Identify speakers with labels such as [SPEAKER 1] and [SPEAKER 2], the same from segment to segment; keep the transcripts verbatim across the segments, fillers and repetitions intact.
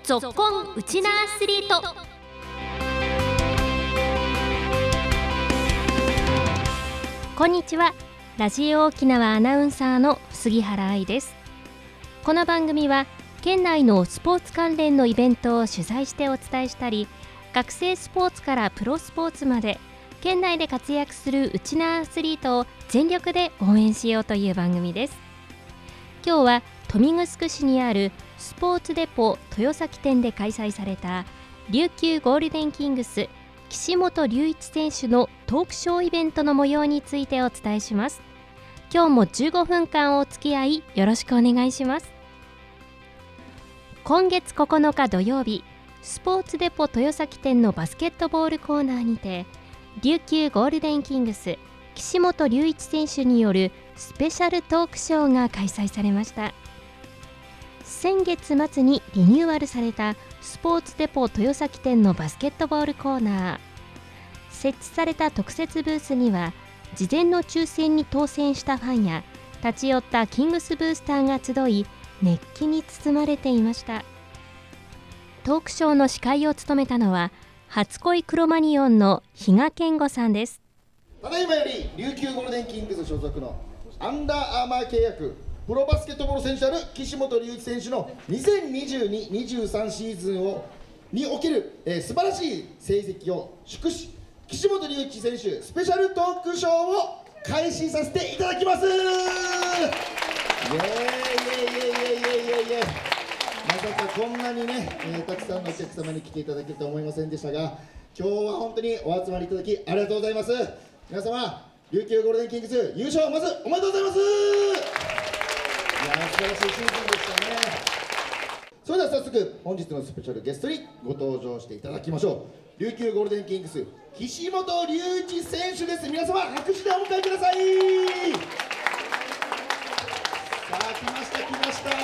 [SPEAKER 1] ぞっこんウチナアスリート。こんにちは。ラジオ沖縄アナウンサーの杉原愛です。この番組は県内のスポーツ関連のイベントを取材してお伝えしたり、学生スポーツからプロスポーツまで県内で活躍するウチナアスリートを全力で応援しようという番組です。今日は豊見城市にあるスポーツデポ豊崎店で開催された琉球ゴールデンキングス岸本隆一選手のトークショーイベントの模様についてお伝えします。今日もじゅうごふんかんお付き合いよろしくお願いします。今月ここのか土曜日、スポーツデポ豊崎店のバスケットボールコーナーにて琉球ゴールデンキングス岸本隆一選手によるスペシャルトークショーが開催されました。先月末にリニューアルされたスポーツデポ豊崎店のバスケットボールコーナー。設置された特設ブースには事前の抽選に当選したファンや立ち寄ったキングスブースターが集い、熱気に包まれていました。トークショーの司会を務めたのは初恋クロマニオンの比嘉健吾さんです。
[SPEAKER 2] ただいまより琉球ゴールデンキングス所属のアンダーアーマー契約プロバスケットボール選手である岸本隆一選手のにせんにじゅうに、にじゅうさんシーズンをにおける、えー、素晴らしい成績を祝し、岸本隆一選手スペシャルトークショーを開始させていただきます。イエーイイエーイイエーイイエーイイエーイイエーイイエーイ。まさかこんなにね、えー、たくさんのお客様に来ていただけるとは思いませんでしたが、今日は本当にお集まりいただきありがとうございます。皆様、琉球ゴールデンキングス優勝まずおめでとうございます。いやー、素晴らしいシーズンでしたね。それでは早速本日のスペシャルゲストにご登場していただきましょう。琉球ゴールデンキングス岸本隆一選手です。皆様拍手でお迎えください。さあ、来ました来ました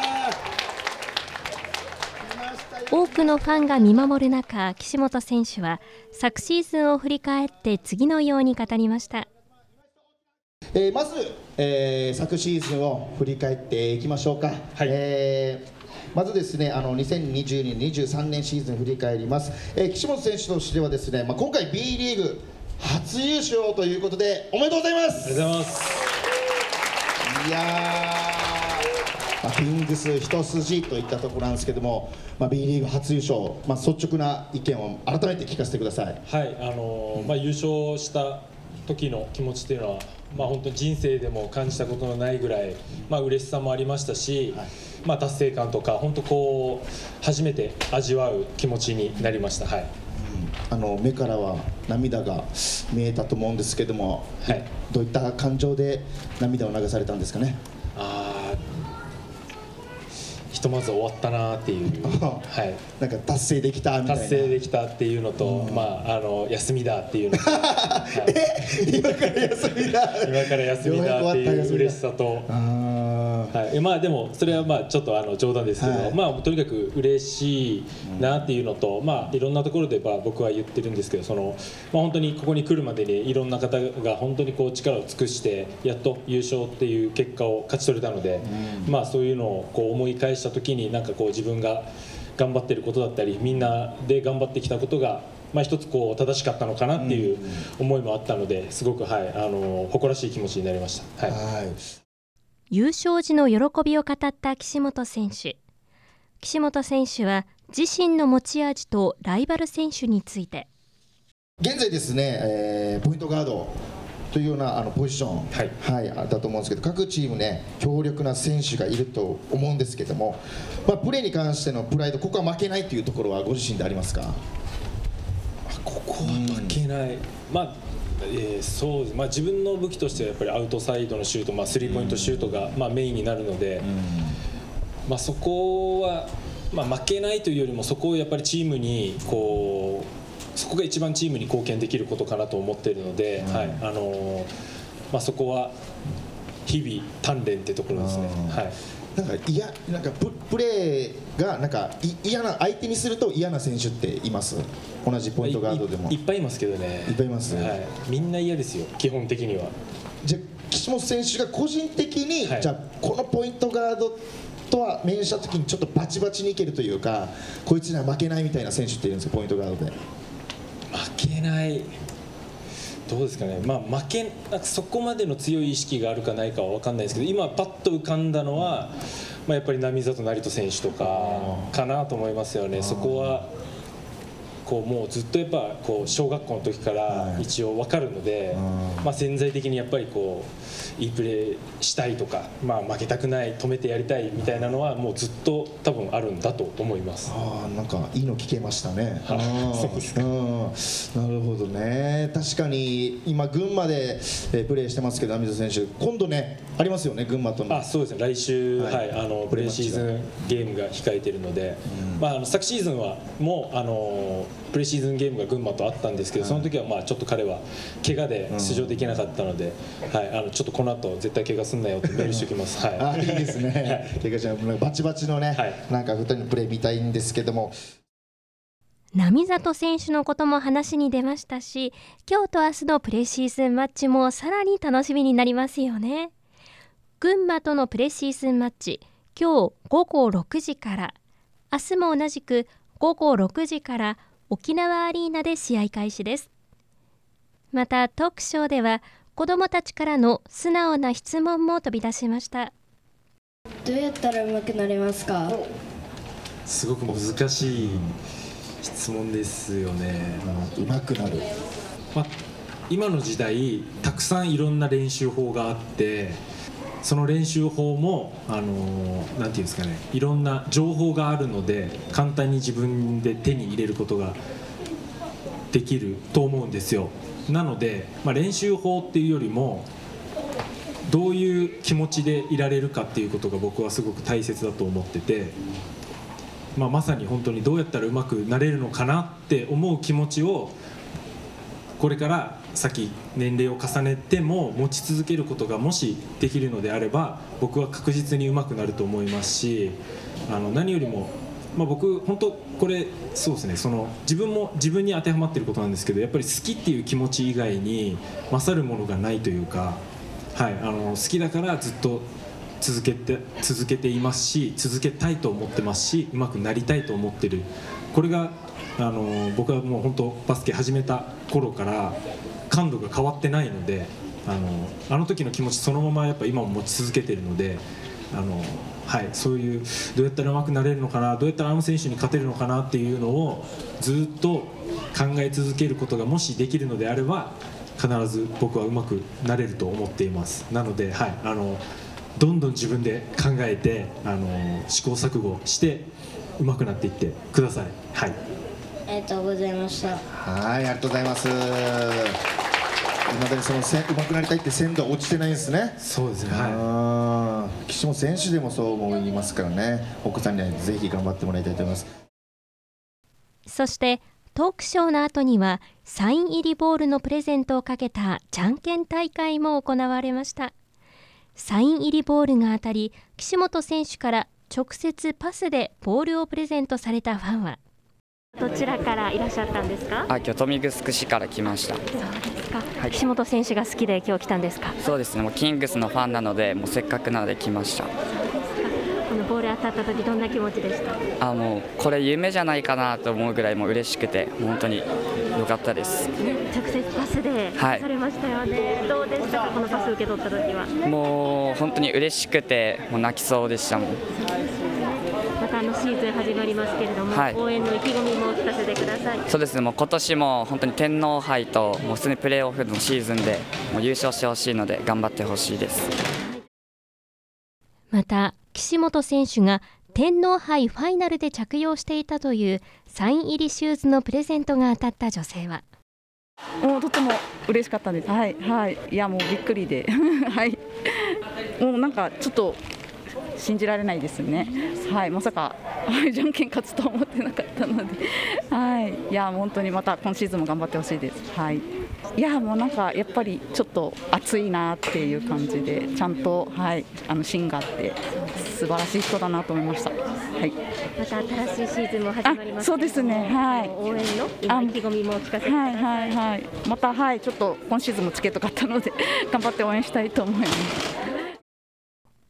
[SPEAKER 1] 多くのファンが見守る中、岸本選手は昨シーズンを振り返って次のように語りました。
[SPEAKER 2] えー、まず、えー、昨シーズンを振り返っていきましょうか。はい、えー、まずですね、あのにせんにじゅうに、にじゅうさんねんシーズン振り返ります。えー、岸本選手としてはですね、まあ、今回 B リーグ初優勝ということでおめでとうございます。
[SPEAKER 3] ありがとうございます。
[SPEAKER 2] いやー、まあ、キングス一筋といったところなんですけども、まあ、B リーグ初優勝、まあ、率直な意見を改めて聞かせてください。
[SPEAKER 3] はい、あのーまあ、優勝した時の気持ちというのは、まあ、本当に人生でも感じたことのないぐらい、まあ、嬉しさもありましたし、はい、まあ、達成感とか本当こう初めて味わう気持ちになりました。はい、
[SPEAKER 2] あの目からは涙が見えたと思うんですけども、はい、どういった感情で涙を流されたんですかね。
[SPEAKER 3] あひとまず終わったなっていうはい、
[SPEAKER 2] なんか達成できたみたいな、
[SPEAKER 3] 達成できたっていうのと、うん、まあ、あの休みだっていうのと、はい、
[SPEAKER 2] え今から休みだ
[SPEAKER 3] 今から休みだっていう嬉しさと、はい、まあでもそれはまあちょっとあの冗談ですけど、はい、まあとにかく嬉しいなっていうのと、うん、まあいろんなところでまあ僕は言ってるんですけど、そのまあ本当にここに来るまでにいろんな方が本当にこう力を尽くしてやっと優勝っていう結果を勝ち取れたので、うん、まあそういうのをこう思い返した時になんかこう自分が頑張ってることだったりみんなで頑張ってきたことがまあ一つこう正しかったのかなっていう思いもあったので、すごくはい、あの誇らしい気持ちになりました。はい、はい、
[SPEAKER 1] 優勝時の喜びを語った岸本選手。岸本選手は自身の持ち味とライバル選手について、
[SPEAKER 2] 現在ですね、えー、ポイントガードというようなあのポジション、はいはい、だと思うんですけど、各チームね強力な選手がいると思うんですけども、まあ、プレーに関してのプライド、ここは負けないというところはご自身でありますか。
[SPEAKER 3] ここは負けない、うん、まあえーそうですまあ、自分の武器としてはやっぱりアウトサイドのシュート、まあ、スリーポイントシュートが、まあ、メインになるので、うんまあ、そこは、まあ、負けないというよりもそこをやっぱりチームにこうそこが一番チームに貢献できることかなと思っているので、うんはいあのーまあ、そこは日々鍛錬ってところですね。はい、
[SPEAKER 2] なんかいやなんか プ, プレーがなんか嫌な相手にすると嫌な選手っています。同じポイントガードでも
[SPEAKER 3] い, い, いっぱいいますけどね。
[SPEAKER 2] いっぱいいます、
[SPEAKER 3] はい、みんな嫌ですよ基本的には。
[SPEAKER 2] じゃあ岸本選手が個人的に、はい、じゃあこのポイントガードとは面したときにちょっとバチバチにいけるというか、こいつには負けないみたいな選手っているんですか、ポイントガードで。
[SPEAKER 3] 負けない、どうですかね、まあ、負けなんかそこまでの強い意識があるかないかは分かんないですけど、今、パッと浮かんだのは、まあ、やっぱり並里成人選手とかかなと思いますよね。そこはこうもうずっとやっぱこう小学校の時から一応分かるので、まあ、潜在的にやっぱりこういいプレーしたいとか、まあ、負けたくない、止めてやりたいみたいなのはもうずっと多分あるんだと思います。
[SPEAKER 2] ああ、なんかいいの聞けましたね。
[SPEAKER 3] あそうですか。
[SPEAKER 2] うん、なるほどね。確かに今群馬でプレーしてますけど、網戸選手今度ねありますよね、群馬との。
[SPEAKER 3] あ、そうですね、来週、
[SPEAKER 2] はい
[SPEAKER 3] はい、あのプレーシーズンゲームが控えているので、うん、まあ、あの昨シーズンはもうあのプレーシーズンゲームが群馬とあったんですけど、その時はまあちょっと彼は怪我で出場できなかったので、うん、はい、あのちょっとこの後絶対怪我すんなよってメールしておきます。はい、
[SPEAKER 2] あ、いいですね。怪我じゃバチバチのね、はい、なんかふたりのプレー見たいんですけども。
[SPEAKER 1] 並里選手のことも話に出ましたし、今日と明日のプレシーズンマッチもさらに楽しみになりますよね。群馬とのプレシーズンマッチ、今日ごごろくじから、明日も同じくごごろくじから沖縄アリーナで試合開始です。またトークショーでは子どもたちからの素直な質問も飛び出しました。
[SPEAKER 4] どうやったら上手くなれますか？
[SPEAKER 3] すごく難しい質問ですよね。
[SPEAKER 2] 上手くなる、
[SPEAKER 3] まあ、今の時代たくさんいろんな練習法があって、その練習法もあのー、なんていうんですかね、いろんな情報があるので簡単に自分で手に入れることができると思うんですよ。なので、まあ、練習法っていうよりもどういう気持ちでいられるかっていうことが僕はすごく大切だと思ってて、まあ、まさに本当にどうやったら上手くなれるのかなって思う気持ちをこれから先年齢を重ねても持ち続けることがもしできるのであれば、僕は確実に上手くなると思いますし、あの何よりも、まあ、僕本当これそうですね、その自分も自分に当てはまっていることなんですけど、やっぱり好きっていう気持ち以外に勝るものがないというか、はい、あの好きだからずっと続けて続けていますし、続けたいと思ってますし、上手くなりたいと思ってる。これがあの僕はもう本当バスケ始めた頃から感度が変わってないので、あのあの時の気持ちそのままやっぱ今も持ち続けているので、あの、はい、そういうどうやったら上手くなれるのかな、どうやったらあの選手に勝てるのかなっていうのをずっと考え続けることがもしできるのであれば、必ず僕は上手くなれると思っています。なので、はい、あのどんどん自分で考えて、あの試行錯誤して上手くなっていってください。はい、
[SPEAKER 4] ありがとうございました。
[SPEAKER 2] はい、ありがとうございます。今までにそのせ上手くなりたいって鮮度は落ちてないんですね。
[SPEAKER 3] そうですね、は
[SPEAKER 2] い、岸本選手でもそう思いますからね。奥さんにはぜひ頑張ってもらいたいと思います。
[SPEAKER 1] そしてトークショーの後にはサイン入りボールのプレゼントをかけたじゃんけん大会も行われました。サイン入りボールが当たり、岸本選手から直接パスでボールをプレゼントされたファンは、どちらからいらっしゃったんですか？
[SPEAKER 5] あ、今日豊見城市から来ました。
[SPEAKER 1] そうですか、
[SPEAKER 5] はい、
[SPEAKER 1] 岸本選手が好きで今日来たんですか？
[SPEAKER 5] そうですね、もうキングスのファンなので、もうせっかくなので来ました。
[SPEAKER 1] このボール当たった時どんな気持ちでした？
[SPEAKER 5] あ、もうこれ夢じゃないかなと思うぐらいもう嬉しくて、本当に良かったです、
[SPEAKER 1] ね、直接パスでされましたよね、はい、どうでしたか、このパス受け取った時は？
[SPEAKER 5] もう本当に嬉しくて、もう泣きそうでしたもん。
[SPEAKER 1] またあのシーズン始まりますけれども、はい、応援の意気込みも聞かせてください。
[SPEAKER 5] そうですね、もう今年も本当に天皇杯ともう普通にプレーオフのシーズンでもう優勝してほしいので頑張ってほしいです。
[SPEAKER 1] また岸本選手が天皇杯ファイナルで着用していたというサイン入りシューズのプレゼントが当たった女性は、
[SPEAKER 6] もうとても嬉しかったです。はいはい、いやもうびっくりではい、もうなんかちょっと信じられないですね。はい、まさかじゃんけん勝つと思ってなかったので、はい、いや本当にまた今シーズンも頑張ってほしいです。はい、いやもうなんかやっぱりちょっと熱いなっていう感じで、ちゃんと、はい、あの芯があって素晴らしい人だなと思いました。はい、
[SPEAKER 1] また新しいシーズンも始まります。
[SPEAKER 6] そうですね、はい、
[SPEAKER 1] 応援の今意気込みも聞かせてください。
[SPEAKER 6] はいはいはい、また、はい、ちょっと今シーズンもチケット買ったので頑張って応援したいと思います。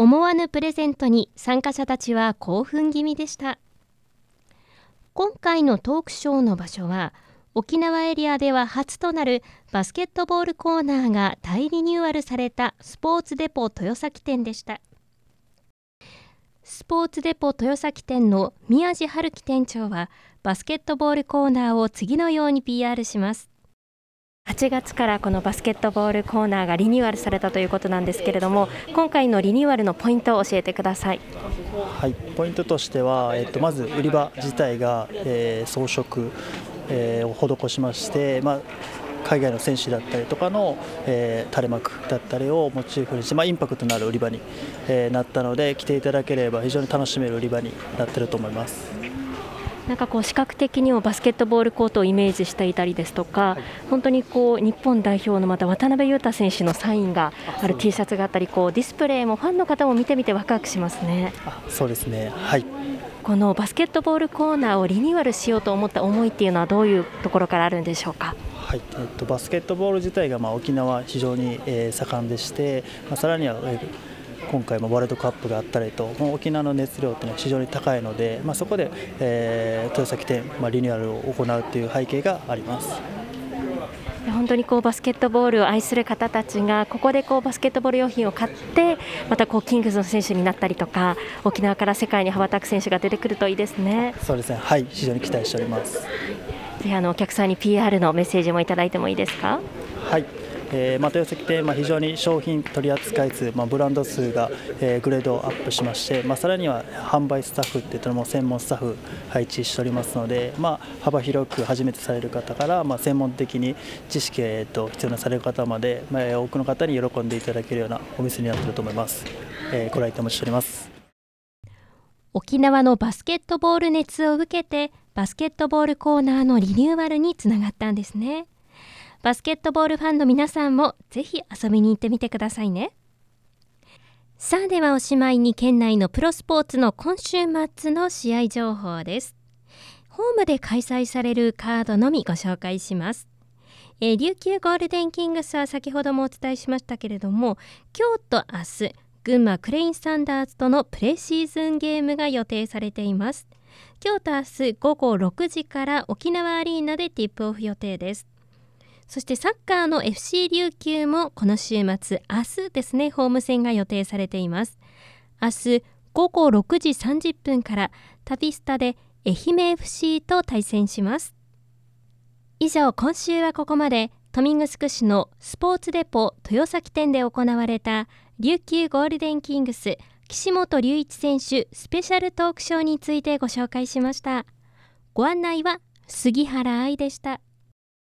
[SPEAKER 1] 思わぬプレゼントに参加者たちは興奮気味でした。今回のトークショーの場所は沖縄エリアでは初となるバスケットボールコーナーが大リニューアルされたスポーツデポ豊崎店でした。スポーツデポ豊崎店の宮地春樹店長はバスケットボールコーナーを次のように ピーアール します。はちがつからこのバスケットボールコーナーがリニューアルされたということなんですけれども、今回のリニューアルのポイントを教えてください。
[SPEAKER 7] はい、ポイントとしては、えっと、まず売り場自体が、えー、装飾、えー、を施しまして、まあ、海外の選手だったりとかの、えー、垂れ幕だったりをモチーフにして、まあ、インパクトのある売り場に、えー、なったので、来ていただければ非常に楽しめる売り場になっていると思います。
[SPEAKER 1] なんかこう視覚的にもバスケットボールコートをイメージしていたりですとか、はい、本当にこう日本代表のまた渡邊雄太選手のサインがある T シャツがあったり、こうディスプレイもファンの方も見てみてワクワクしますね。
[SPEAKER 7] あ、そうですね、はい。
[SPEAKER 1] このバスケットボールコーナーをリニューアルしようと思った思いっていうのはどういうところからあるんでしょうか。
[SPEAKER 7] はい、えっと、バスケットボール自体がまあ沖縄非常に、えー、盛んでして、まあ、さらには、えー今回もワールドカップがあったりと、もう沖縄の熱量というのは非常に高いので、まあ、そこで、えー、豊崎店、まあ、リニューアルを行うという背景があります。
[SPEAKER 1] 本当にこうバスケットボールを愛する方たちがここでこうバスケットボール用品を買ってまたこうキングスの選手になったりとか、沖縄から世界に羽ばたく選手が出てくるといいですね。
[SPEAKER 7] そうですね、はい、非常に期待しております。
[SPEAKER 1] ぜひあのお客さんに ピーアール のメッセージもいただいてもいいですか。
[SPEAKER 7] はい、えーまあ、豊崎店、まあ、非常に商品取扱数、まあ、ブランド数が、えー、グレードアップしまして、まあ、さらには販売スタッフといったのも専門スタッフ配置しておりますので、まあ、幅広く初めてされる方から、まあ、専門的に知識、えー、と必要なされる方まで、まあ、多くの方に喜んでいただけるようなお店になっていると思います。えー、ご来店お待ちしております。
[SPEAKER 1] 沖縄のバスケットボール熱を受けてバスケットボールコーナーのリニューアルにつながったんですね。バスケットボールファンの皆さんもぜひ遊びに行ってみてくださいね。さあではおしまいに県内のプロスポーツの今週末の試合情報です。ホームで開催されるカードのみご紹介します。えー、琉球ゴールデンキングスは先ほどもお伝えしましたけれども、今日と明日群馬クレインサンダーズとのプレシーズンゲームが予定されています。今日と明日午後ろくじから沖縄アリーナでティップオフ予定です。そしてサッカーの エフシー 琉球もこの週末、明日ですね、ホーム戦が予定されています。明日午後ろくじさんじゅっぷんからタビスタで愛媛 エフシー と対戦します。以上、今週はここまで豊見城市のスポーツデポ豊崎店で行われた琉球ゴールデンキングス岸本隆一選手スペシャルトークショーについてご紹介しました。ご案内は杉原愛でした。